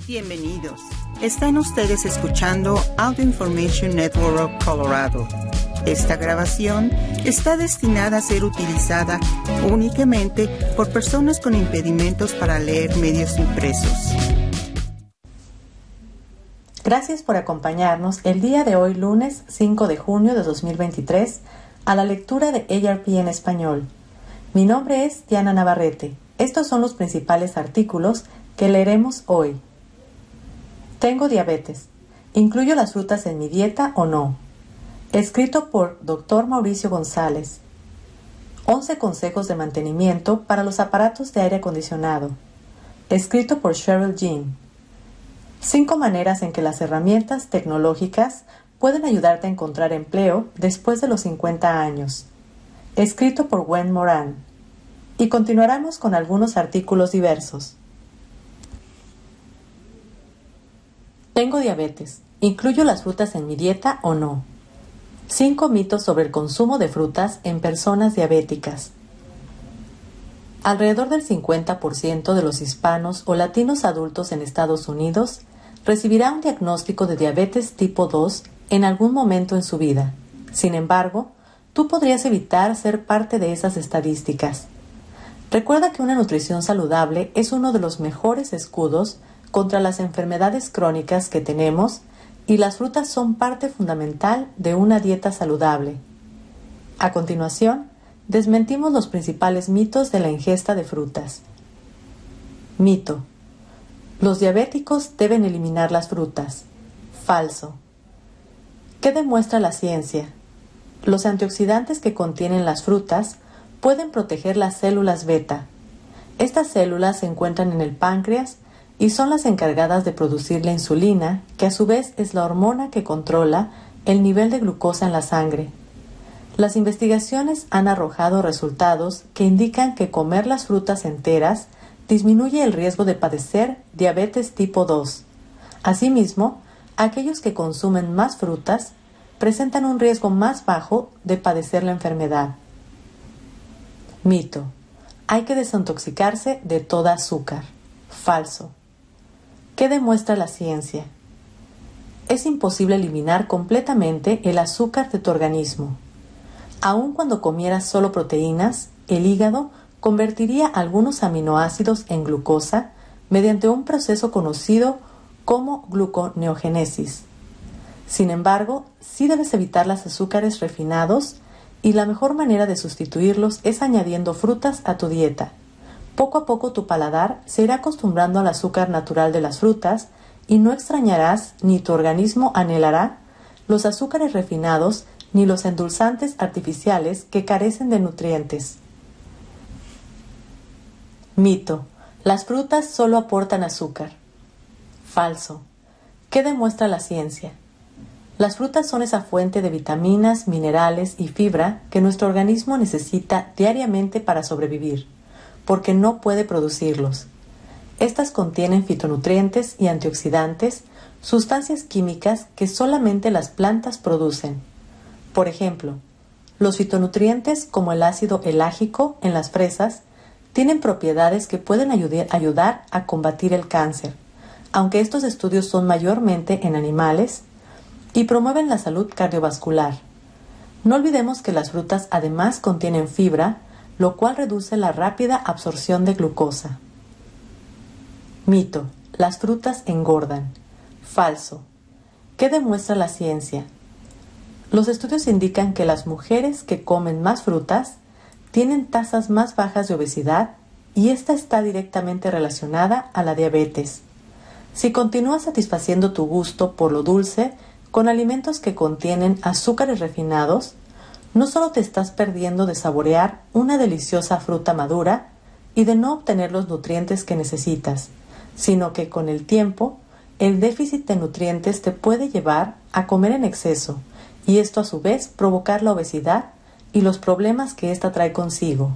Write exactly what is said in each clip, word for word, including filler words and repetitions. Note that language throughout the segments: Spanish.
Bienvenidos. Están ustedes escuchando Audio Information Network of Colorado. Esta grabación está destinada a ser utilizada únicamente por personas con impedimentos para leer medios impresos. Gracias por acompañarnos el día de hoy, lunes cinco de junio de dos mil veintitrés, a la lectura de A R P en español. Mi nombre es Diana Navarrete. Estos son los principales artículos que leeremos hoy. Tengo diabetes. ¿Incluyo las frutas en mi dieta o no? Escrito por doctor Mauricio González. once consejos de mantenimiento para los aparatos de aire acondicionado. Escrito por Cheryl Jean. cinco maneras en que las herramientas tecnológicas pueden ayudarte a encontrar empleo después de los cincuenta años. Escrito por Gwen Moran. Y continuaremos con algunos artículos diversos. Tengo diabetes. ¿Incluyo las frutas en mi dieta o no? cinco mitos sobre el consumo de frutas en personas diabéticas. Alrededor del cincuenta por ciento de los hispanos o latinos adultos en Estados Unidos recibirá un diagnóstico de diabetes tipo dos en algún momento en su vida. Sin embargo, tú podrías evitar ser parte de esas estadísticas. Recuerda que una nutrición saludable es uno de los mejores escudos contra las enfermedades crónicas que tenemos, y las frutas son parte fundamental de una dieta saludable. A continuación, desmentimos los principales mitos de la ingesta de frutas. Mito: los diabéticos deben eliminar las frutas. Falso. ¿Qué demuestra la ciencia? Los antioxidantes que contienen las frutas pueden proteger las células beta. Estas células se encuentran en el páncreas y son las encargadas de producir la insulina, que a su vez es la hormona que controla el nivel de glucosa en la sangre. Las investigaciones han arrojado resultados que indican que comer las frutas enteras disminuye el riesgo de padecer diabetes tipo dos. Asimismo, aquellos que consumen más frutas presentan un riesgo más bajo de padecer la enfermedad. Mito: hay que desintoxicarse de toda azúcar. Falso. ¿Qué demuestra la ciencia? Es imposible eliminar completamente el azúcar de tu organismo. Aun cuando comieras solo proteínas, el hígado convertiría algunos aminoácidos en glucosa mediante un proceso conocido como gluconeogénesis. Sin embargo, sí debes evitar los azúcares refinados, y la mejor manera de sustituirlos es añadiendo frutas a tu dieta. Poco a poco tu paladar se irá acostumbrando al azúcar natural de las frutas y no extrañarás ni tu organismo anhelará los azúcares refinados ni los endulzantes artificiales que carecen de nutrientes. Mito: las frutas solo aportan azúcar. Falso. ¿Qué demuestra la ciencia? Las frutas son esa fuente de vitaminas, minerales y fibra que nuestro organismo necesita diariamente para sobrevivir, porque no puede producirlos. Estas contienen fitonutrientes y antioxidantes, sustancias químicas que solamente las plantas producen. Por ejemplo, los fitonutrientes como el ácido elágico en las fresas tienen propiedades que pueden ayudar, ayudar a combatir el cáncer, aunque estos estudios son mayormente en animales, y promueven la salud cardiovascular. No olvidemos que las frutas además contienen fibra, lo cual reduce la rápida absorción de glucosa. Mito: las frutas engordan. Falso. ¿Qué demuestra la ciencia? Los estudios indican que las mujeres que comen más frutas tienen tasas más bajas de obesidad, y esta está directamente relacionada a la diabetes. Si continúas satisfaciendo tu gusto por lo dulce con alimentos que contienen azúcares refinados, no solo te estás perdiendo de saborear una deliciosa fruta madura y de no obtener los nutrientes que necesitas, sino que con el tiempo, el déficit de nutrientes te puede llevar a comer en exceso, y esto a su vez provocar la obesidad y los problemas que ésta trae consigo.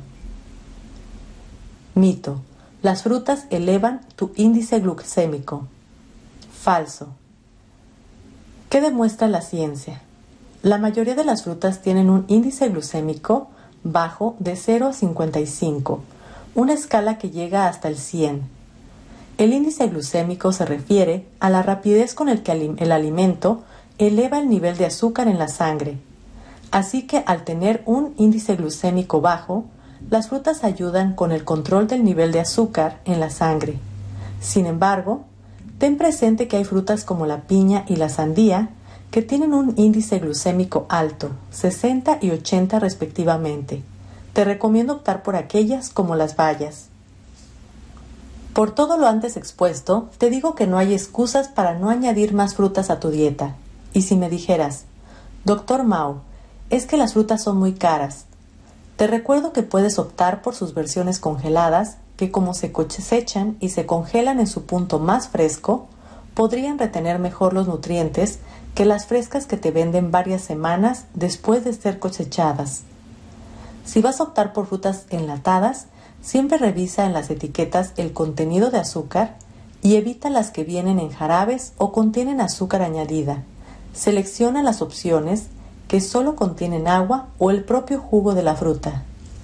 Mito: las frutas elevan tu índice glucémico. Falso. ¿Qué demuestra la ciencia? La mayoría de las frutas tienen un índice glucémico bajo de cero a cincuenta y cinco, una escala que llega hasta el cien. El índice glucémico se refiere a la rapidez con el que el alimento eleva el nivel de azúcar en la sangre. Así que al tener un índice glucémico bajo, las frutas ayudan con el control del nivel de azúcar en la sangre. Sin embargo, ten presente que hay frutas como la piña y la sandía que tienen un índice glucémico alto, sesenta y ochenta respectivamente. Te recomiendo optar por aquellas como las bayas. Por todo lo antes expuesto, te digo que no hay excusas para no añadir más frutas a tu dieta. Y si me dijeras, Doctor Mao, es que las frutas son muy caras, te recuerdo que puedes optar por sus versiones congeladas, que como se cosechan y se congelan en su punto más fresco, podrían retener mejor los nutrientes que las frescas que te venden varias semanas después de ser cosechadas. Si vas a optar por frutas enlatadas, siempre revisa en las etiquetas el contenido de azúcar y evita las que vienen en jarabes o contienen azúcar añadida. Selecciona las opciones que solo contienen agua o el propio jugo de la fruta.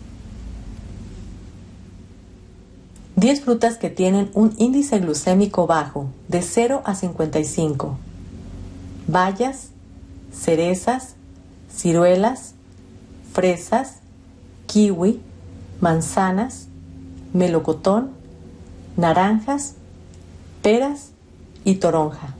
diez frutas que tienen un índice glucémico bajo, de cero a cincuenta y cinco. Bayas, cerezas, ciruelas, fresas, kiwi, manzanas, melocotón, naranjas, peras y toronja.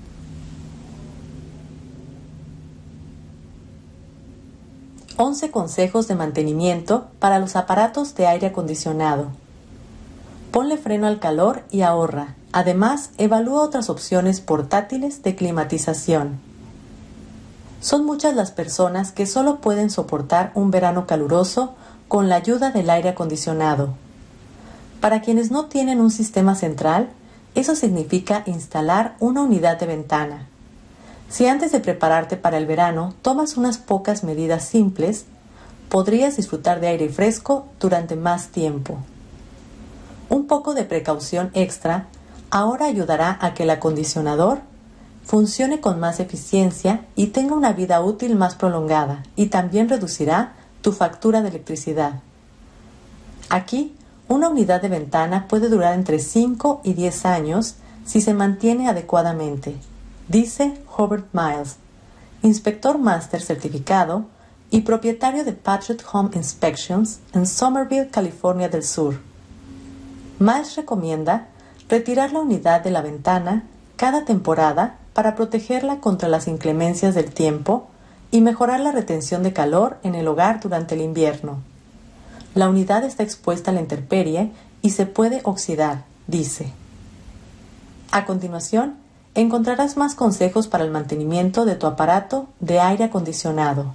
once consejos de mantenimiento para los aparatos de aire acondicionado. Ponle freno al calor y ahorra. Además, evalúa otras opciones portátiles de climatización. Son muchas las personas que solo pueden soportar un verano caluroso con la ayuda del aire acondicionado. Para quienes no tienen un sistema central, eso significa instalar una unidad de ventana. Si antes de prepararte para el verano tomas unas pocas medidas simples, podrías disfrutar de aire fresco durante más tiempo. Un poco de precaución extra ahora ayudará a que el acondicionador funcione con más eficiencia y tenga una vida útil más prolongada, y también reducirá tu factura de electricidad. Aquí, una unidad de ventana puede durar entre cinco y diez años si se mantiene adecuadamente, dice Hubert Miles, inspector máster certificado y propietario de Patriot Home Inspections en Somerville, California del Sur. Miles recomienda retirar la unidad de la ventana cada temporada para protegerla contra las inclemencias del tiempo y mejorar la retención de calor en el hogar durante el invierno. La unidad está expuesta a la intemperie y se puede oxidar, dice. A continuación, encontrarás más consejos para el mantenimiento de tu aparato de aire acondicionado.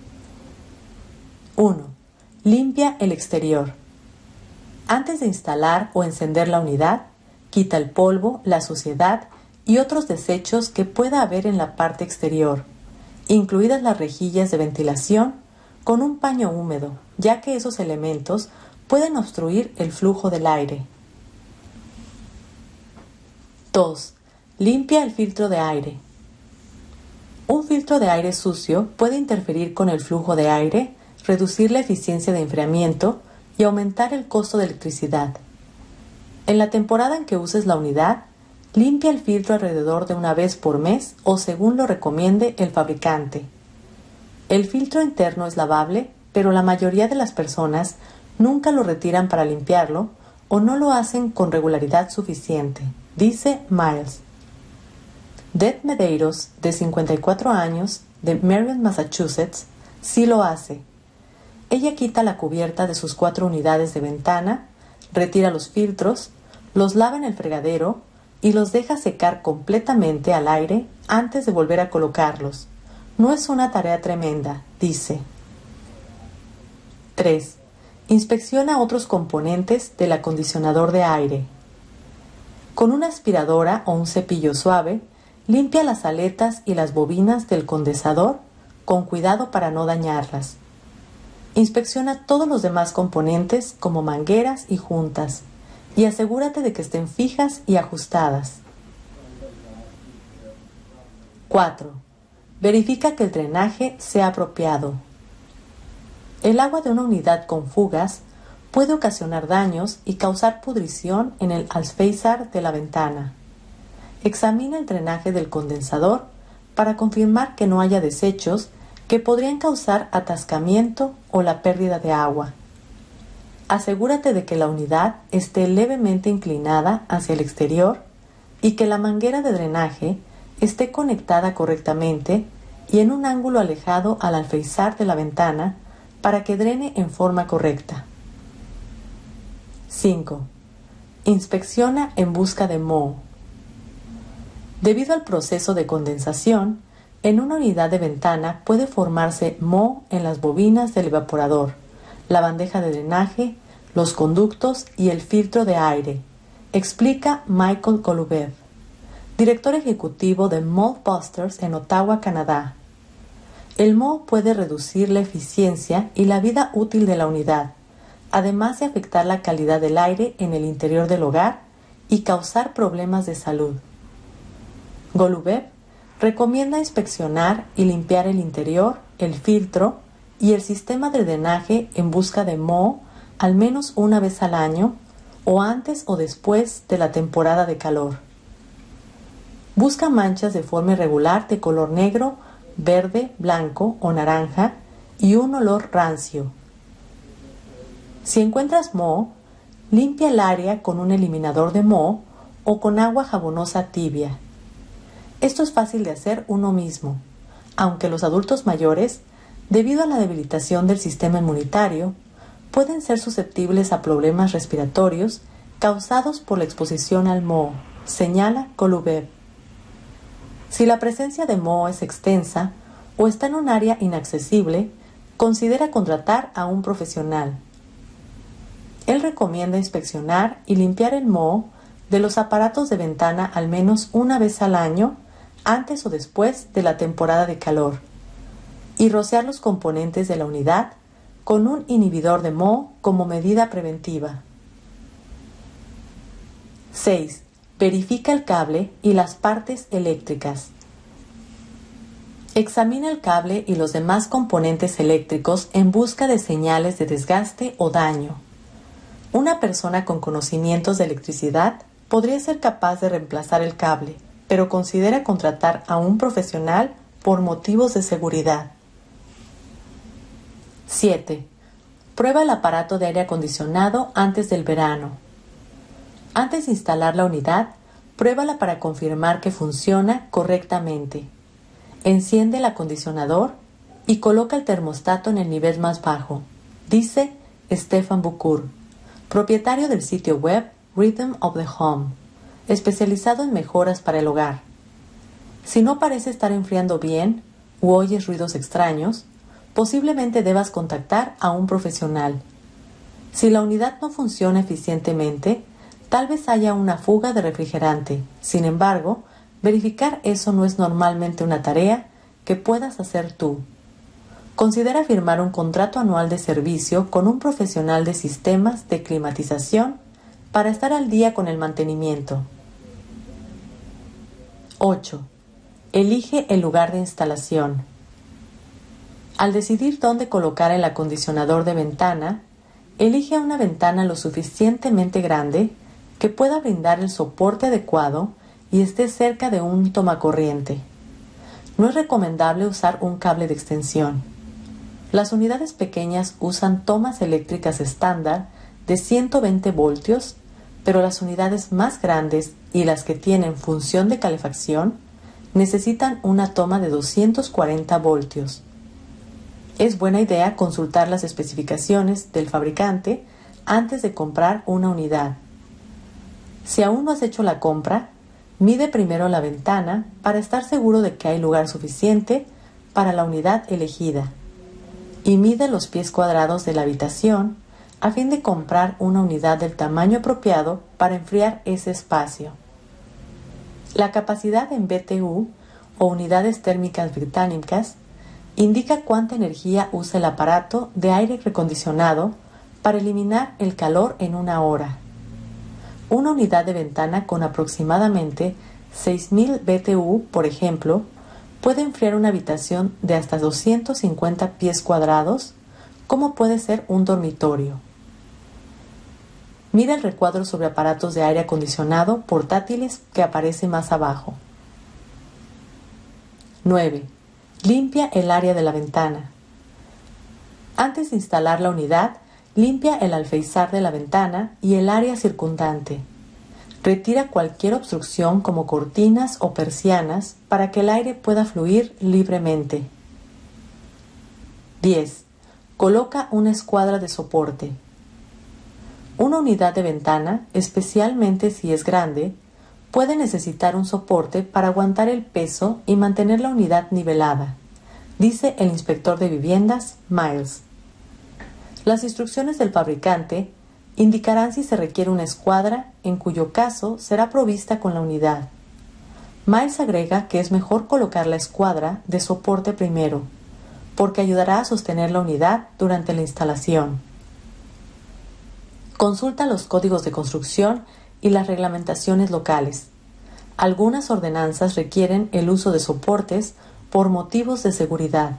uno. Limpia el exterior. Antes de instalar o encender la unidad, quita el polvo, la suciedad y otros desechos que pueda haber en la parte exterior, incluidas las rejillas de ventilación, con un paño húmedo, ya que esos elementos pueden obstruir el flujo del aire. dos. Limpia el filtro de aire. Un filtro de aire sucio puede interferir con el flujo de aire, reducir la eficiencia de enfriamiento y aumentar el costo de electricidad. En la temporada en que uses la unidad, limpia el filtro alrededor de una vez por mes o según lo recomiende el fabricante. El filtro interno es lavable, pero la mayoría de las personas nunca lo retiran para limpiarlo o no lo hacen con regularidad suficiente, dice Miles. Deb Medeiros, de cincuenta y cuatro años, de Marion, Massachusetts, sí lo hace. Ella quita la cubierta de sus cuatro unidades de ventana, retira los filtros, los lava en el fregadero y los deja secar completamente al aire antes de volver a colocarlos. No es una tarea tremenda, dice. tres. Inspecciona otros componentes del acondicionador de aire. Con una aspiradora o un cepillo suave, limpia las aletas y las bobinas del condensador con cuidado para no dañarlas. Inspecciona todos los demás componentes como mangueras y juntas y asegúrate de que estén fijas y ajustadas. cuatro. Verifica que el drenaje sea apropiado. El agua de una unidad con fugas puede ocasionar daños y causar pudrición en el alféizar de la ventana. Examina el drenaje del condensador para confirmar que no haya desechos que podrían causar atascamiento o la pérdida de agua. Asegúrate de que la unidad esté levemente inclinada hacia el exterior y que la manguera de drenaje esté conectada correctamente y en un ángulo alejado al alféizar de la ventana para que drene en forma correcta. cinco. Inspecciona en busca de moho. Debido al proceso de condensación, en una unidad de ventana puede formarse moho en las bobinas del evaporador, la bandeja de drenaje, los conductos y el filtro de aire, explica Michael Golubev, director ejecutivo de Mold Busters en Ottawa, Canadá. El moho puede reducir la eficiencia y la vida útil de la unidad, además de afectar la calidad del aire en el interior del hogar y causar problemas de salud. Golubev recomienda inspeccionar y limpiar el interior, el filtro y el sistema de drenaje en busca de moho al menos una vez al año o antes o después de la temporada de calor. Busca manchas de forma irregular de color negro, verde, blanco o naranja y un olor rancio. Si encuentras moho, limpia el área con un eliminador de moho o con agua jabonosa tibia. Esto es fácil de hacer uno mismo, aunque los adultos mayores, debido a la debilitación del sistema inmunitario, pueden ser susceptibles a problemas respiratorios causados por la exposición al moho, señala Golubev. Si la presencia de moho es extensa o está en un área inaccesible, considera contratar a un profesional. Él recomienda inspeccionar y limpiar el moho de los aparatos de ventana al menos una vez al año, antes o después de la temporada de calor, y rociar los componentes de la unidad con un inhibidor de moho como medida preventiva. seis. Verifica el cable y las partes eléctricas. Examina el cable y los demás componentes eléctricos en busca de señales de desgaste o daño. Una persona con conocimientos de electricidad podría ser capaz de reemplazar el cable, pero considera contratar a un profesional por motivos de seguridad. siete. Prueba el aparato de aire acondicionado antes del verano. Antes de instalar la unidad, pruébala para confirmar que funciona correctamente. Enciende el acondicionador y coloca el termostato en el nivel más bajo, dice Stefan Bukur, propietario del sitio web Rhythm of the Home, especializado en mejoras para el hogar. Si no parece estar enfriando bien u oyes ruidos extraños, posiblemente debas contactar a un profesional. Si la unidad no funciona eficientemente, tal vez haya una fuga de refrigerante. Sin embargo, verificar eso no es normalmente una tarea que puedas hacer tú. Considera firmar un contrato anual de servicio con un profesional de sistemas de climatización para estar al día con el mantenimiento. ocho. Elige el lugar de instalación. Al decidir dónde colocar el acondicionador de ventana, elige una ventana lo suficientemente grande que pueda brindar el soporte adecuado y esté cerca de un tomacorriente. No es recomendable usar un cable de extensión. Las unidades pequeñas usan tomas eléctricas estándar de ciento veinte voltios, pero las unidades más grandes y las que tienen función de calefacción necesitan una toma de doscientos cuarenta voltios. Es buena idea consultar las especificaciones del fabricante antes de comprar una unidad. Si aún no has hecho la compra, mide primero la ventana para estar seguro de que hay lugar suficiente para la unidad elegida y mide los pies cuadrados de la habitación a fin de comprar una unidad del tamaño apropiado para enfriar ese espacio. La capacidad en B T U o unidades térmicas británicas indica cuánta energía usa el aparato de aire acondicionado para eliminar el calor en una hora. Una unidad de ventana con aproximadamente seis mil B T U, por ejemplo, puede enfriar una habitación de hasta doscientos cincuenta pies cuadrados, como puede ser un dormitorio. Mira el recuadro sobre aparatos de aire acondicionado portátiles que aparece más abajo. nueve. Limpia el área de la ventana. Antes de instalar la unidad, limpia el alféizar de la ventana y el área circundante. Retira cualquier obstrucción como cortinas o persianas para que el aire pueda fluir libremente. diez. Coloca una escuadra de soporte. Una unidad de ventana, especialmente si es grande, puede necesitar un soporte para aguantar el peso y mantener la unidad nivelada, dice el inspector de viviendas, Miles. Las instrucciones del fabricante indicarán si se requiere una escuadra, en cuyo caso será provista con la unidad. Miles agrega que es mejor colocar la escuadra de soporte primero, porque ayudará a sostener la unidad durante la instalación. Consulta los códigos de construcción y las reglamentaciones locales. Algunas ordenanzas requieren el uso de soportes por motivos de seguridad.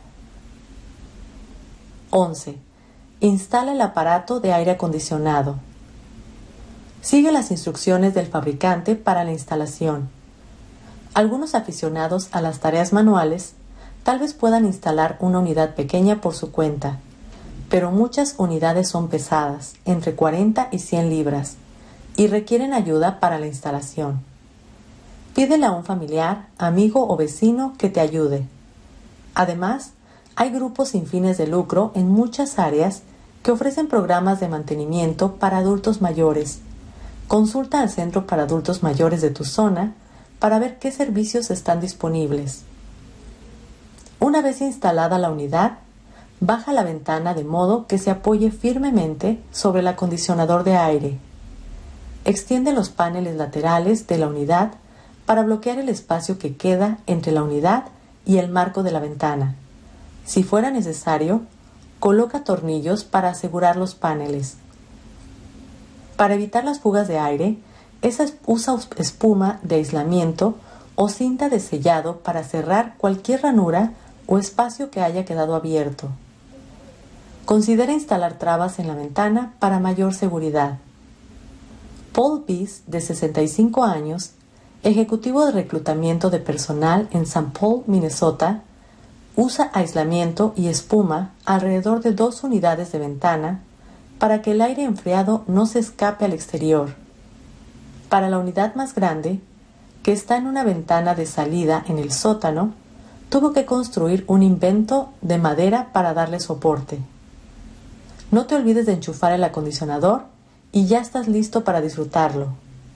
once. Instala el aparato de aire acondicionado. Sigue las instrucciones del fabricante para la instalación. Algunos aficionados a las tareas manuales tal vez puedan instalar una unidad pequeña por su cuenta, pero muchas unidades son pesadas, entre cuarenta y cien libras, y requieren ayuda para la instalación. Pídele a un familiar, amigo o vecino que te ayude. Además, hay grupos sin fines de lucro en muchas áreas que ofrecen programas de mantenimiento para adultos mayores. Consulta al centro para adultos mayores de tu zona para ver qué servicios están disponibles. Una vez instalada la unidad, baja la ventana de modo que se apoye firmemente sobre el acondicionador de aire. Extiende los paneles laterales de la unidad para bloquear el espacio que queda entre la unidad y el marco de la ventana. Si fuera necesario, coloca tornillos para asegurar los paneles. Para evitar las fugas de aire, esa usa espuma de aislamiento o cinta de sellado para cerrar cualquier ranura o espacio que haya quedado abierto. Considera instalar trabas en la ventana para mayor seguridad. Paul Peace, de sesenta y cinco años, ejecutivo de reclutamiento de personal en Saint Paul, Minnesota, usa aislamiento y espuma alrededor de dos unidades de ventana para que el aire enfriado no se escape al exterior. Para la unidad más grande, que está en una ventana de salida en el sótano, tuvo que construir un invento de madera para darle soporte. No te olvides de enchufar el acondicionador y ya estás listo para disfrutarlo.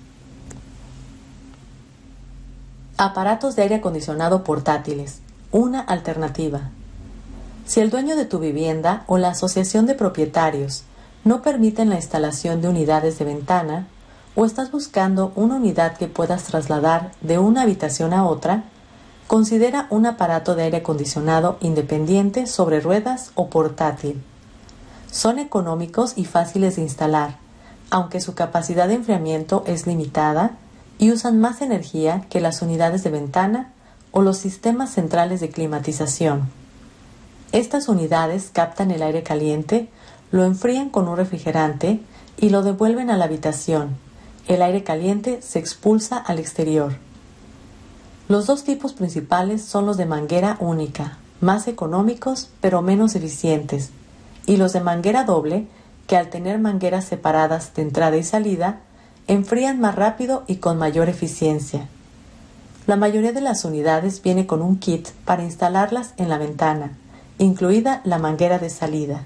Aparatos de aire acondicionado portátiles. Una alternativa. Si el dueño de tu vivienda o la asociación de propietarios no permiten la instalación de unidades de ventana o estás buscando una unidad que puedas trasladar de una habitación a otra, considera un aparato de aire acondicionado independiente sobre ruedas o portátil. Son económicos y fáciles de instalar, aunque su capacidad de enfriamiento es limitada y usan más energía que las unidades de ventana o los sistemas centrales de climatización. Estas unidades captan el aire caliente, lo enfrían con un refrigerante y lo devuelven a la habitación. El aire caliente se expulsa al exterior. Los dos tipos principales son los de manguera única, más económicos pero menos eficientes, y los de manguera doble, que al tener mangueras separadas de entrada y salida, enfrían más rápido y con mayor eficiencia. La mayoría de las unidades viene con un kit para instalarlas en la ventana, incluida la manguera de salida.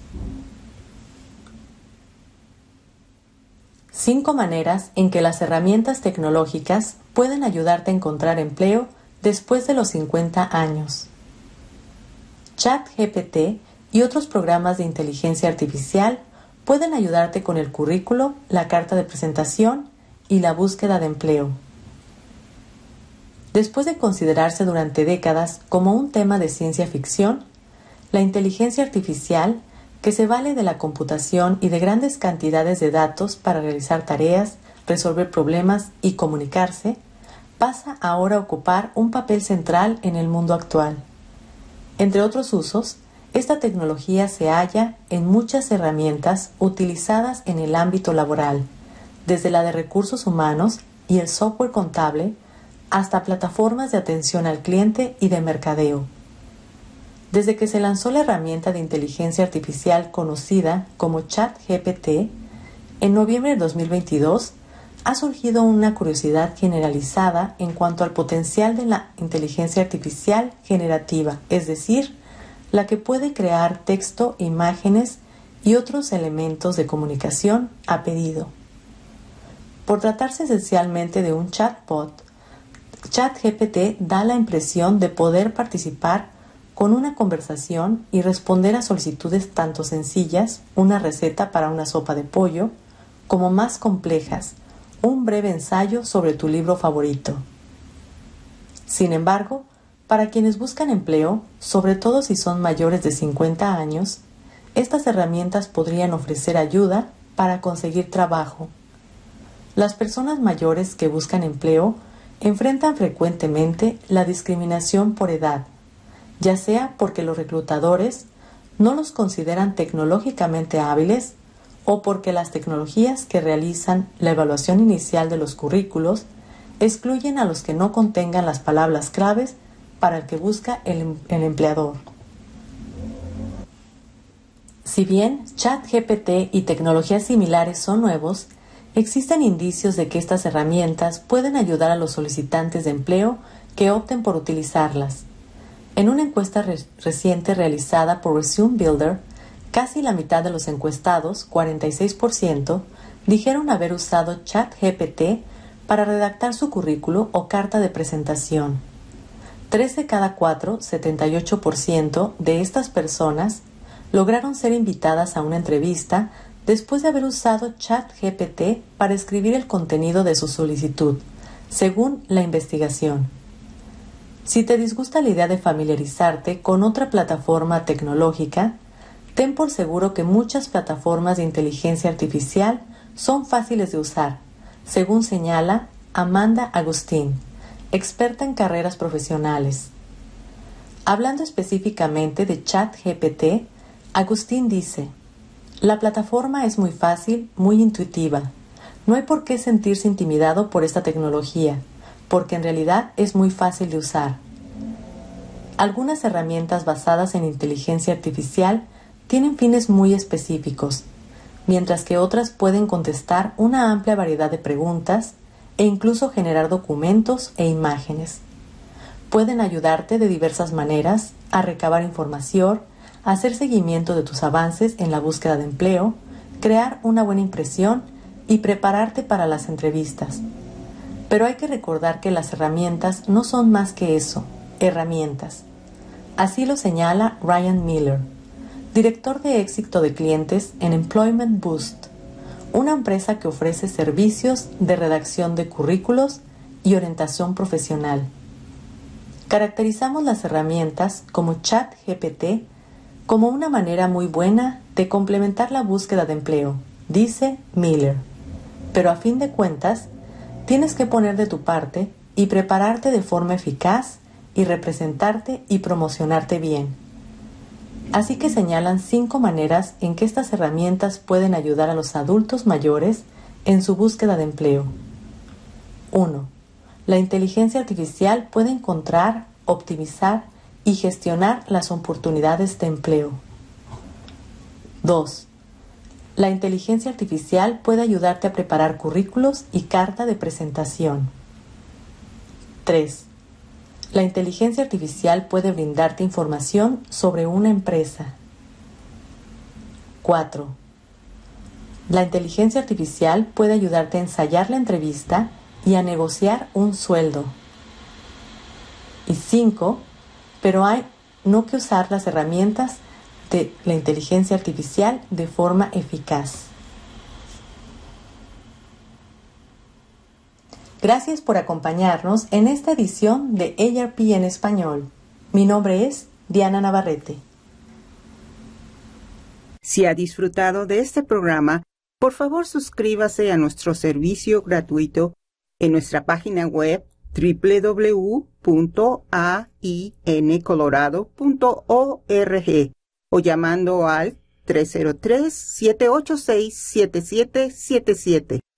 Cinco maneras en que las herramientas tecnológicas pueden ayudarte a encontrar empleo después de los cincuenta años. ChatGPT y otros programas de inteligencia artificial pueden ayudarte con el currículo, la carta de presentación y la búsqueda de empleo. Después de considerarse durante décadas como un tema de ciencia ficción, la inteligencia artificial, que se vale de la computación y de grandes cantidades de datos para realizar tareas, resolver problemas y comunicarse, pasa ahora a ocupar un papel central en el mundo actual. Entre otros usos, esta tecnología se halla en muchas herramientas utilizadas en el ámbito laboral, desde la de recursos humanos y el software contable hasta plataformas de atención al cliente y de mercadeo. Desde que se lanzó la herramienta de inteligencia artificial conocida como ChatGPT, en noviembre de dos mil veintidós, ha surgido una curiosidad generalizada en cuanto al potencial de la inteligencia artificial generativa, es decir, la que puede crear texto, imágenes y otros elementos de comunicación a pedido. Por tratarse esencialmente de un chatbot, ChatGPT da la impresión de poder participar con una conversación y responder a solicitudes tanto sencillas, una receta para una sopa de pollo, como más complejas, un breve ensayo sobre tu libro favorito. Sin embargo, para quienes buscan empleo, sobre todo si son mayores de cincuenta años, estas herramientas podrían ofrecer ayuda para conseguir trabajo. Las personas mayores que buscan empleo enfrentan frecuentemente la discriminación por edad, ya sea porque los reclutadores no los consideran tecnológicamente hábiles o porque las tecnologías que realizan la evaluación inicial de los currículos excluyen a los que no contengan las palabras claves para el que busca el, el empleador. Si bien ChatGPT y tecnologías similares son nuevos, existen indicios de que estas herramientas pueden ayudar a los solicitantes de empleo que opten por utilizarlas. En una encuesta re- reciente realizada por Resume Builder, casi la mitad de los encuestados, cuarenta y seis por ciento, dijeron haber usado ChatGPT para redactar su currículo o carta de presentación. Tres de cada cuatro, setenta y ocho por ciento, de estas personas lograron ser invitadas a una entrevista después de haber usado ChatGPT para escribir el contenido de su solicitud, según la investigación. Si te disgusta la idea de familiarizarte con otra plataforma tecnológica, ten por seguro que muchas plataformas de inteligencia artificial son fáciles de usar, según señala Amanda Agustín, experta en carreras profesionales. Hablando específicamente de ChatGPT, Agustín dice: la plataforma es muy fácil, muy intuitiva. No hay por qué sentirse intimidado por esta tecnología, porque en realidad es muy fácil de usar. Algunas herramientas basadas en inteligencia artificial tienen fines muy específicos, mientras que otras pueden contestar una amplia variedad de preguntas e incluso generar documentos e imágenes. Pueden ayudarte de diversas maneras a recabar información, hacer seguimiento de tus avances en la búsqueda de empleo, crear una buena impresión y prepararte para las entrevistas. Pero hay que recordar que las herramientas no son más que eso, herramientas. Así lo señala Ryan Miller, director de éxito de clientes en Employment Boost, una empresa que ofrece servicios de redacción de currículos y orientación profesional. Caracterizamos las herramientas como ChatGPT como una manera muy buena de complementar la búsqueda de empleo, dice Miller. Pero a fin de cuentas, tienes que poner de tu parte y prepararte de forma eficaz y representarte y promocionarte bien. Así que señalan cinco maneras en que estas herramientas pueden ayudar a los adultos mayores en su búsqueda de empleo. uno. La inteligencia artificial puede encontrar, optimizar y gestionar las oportunidades de empleo. dos. La inteligencia artificial puede ayudarte a preparar currículos y carta de presentación. tres. La inteligencia artificial puede brindarte información sobre una empresa. cuatro. La inteligencia artificial puede ayudarte a ensayar la entrevista y a negociar un sueldo. Y cinco. Pero hay no que usar las herramientas de la inteligencia artificial de forma eficaz. Gracias por acompañarnos en esta edición de A R P en español. Mi nombre es Diana Navarrete. Si ha disfrutado de este programa, por favor suscríbase a nuestro servicio gratuito en nuestra página web doble u doble u doble u punto a i n colorado punto org o llamando al tres cero tres, siete ocho seis, siete siete siete siete.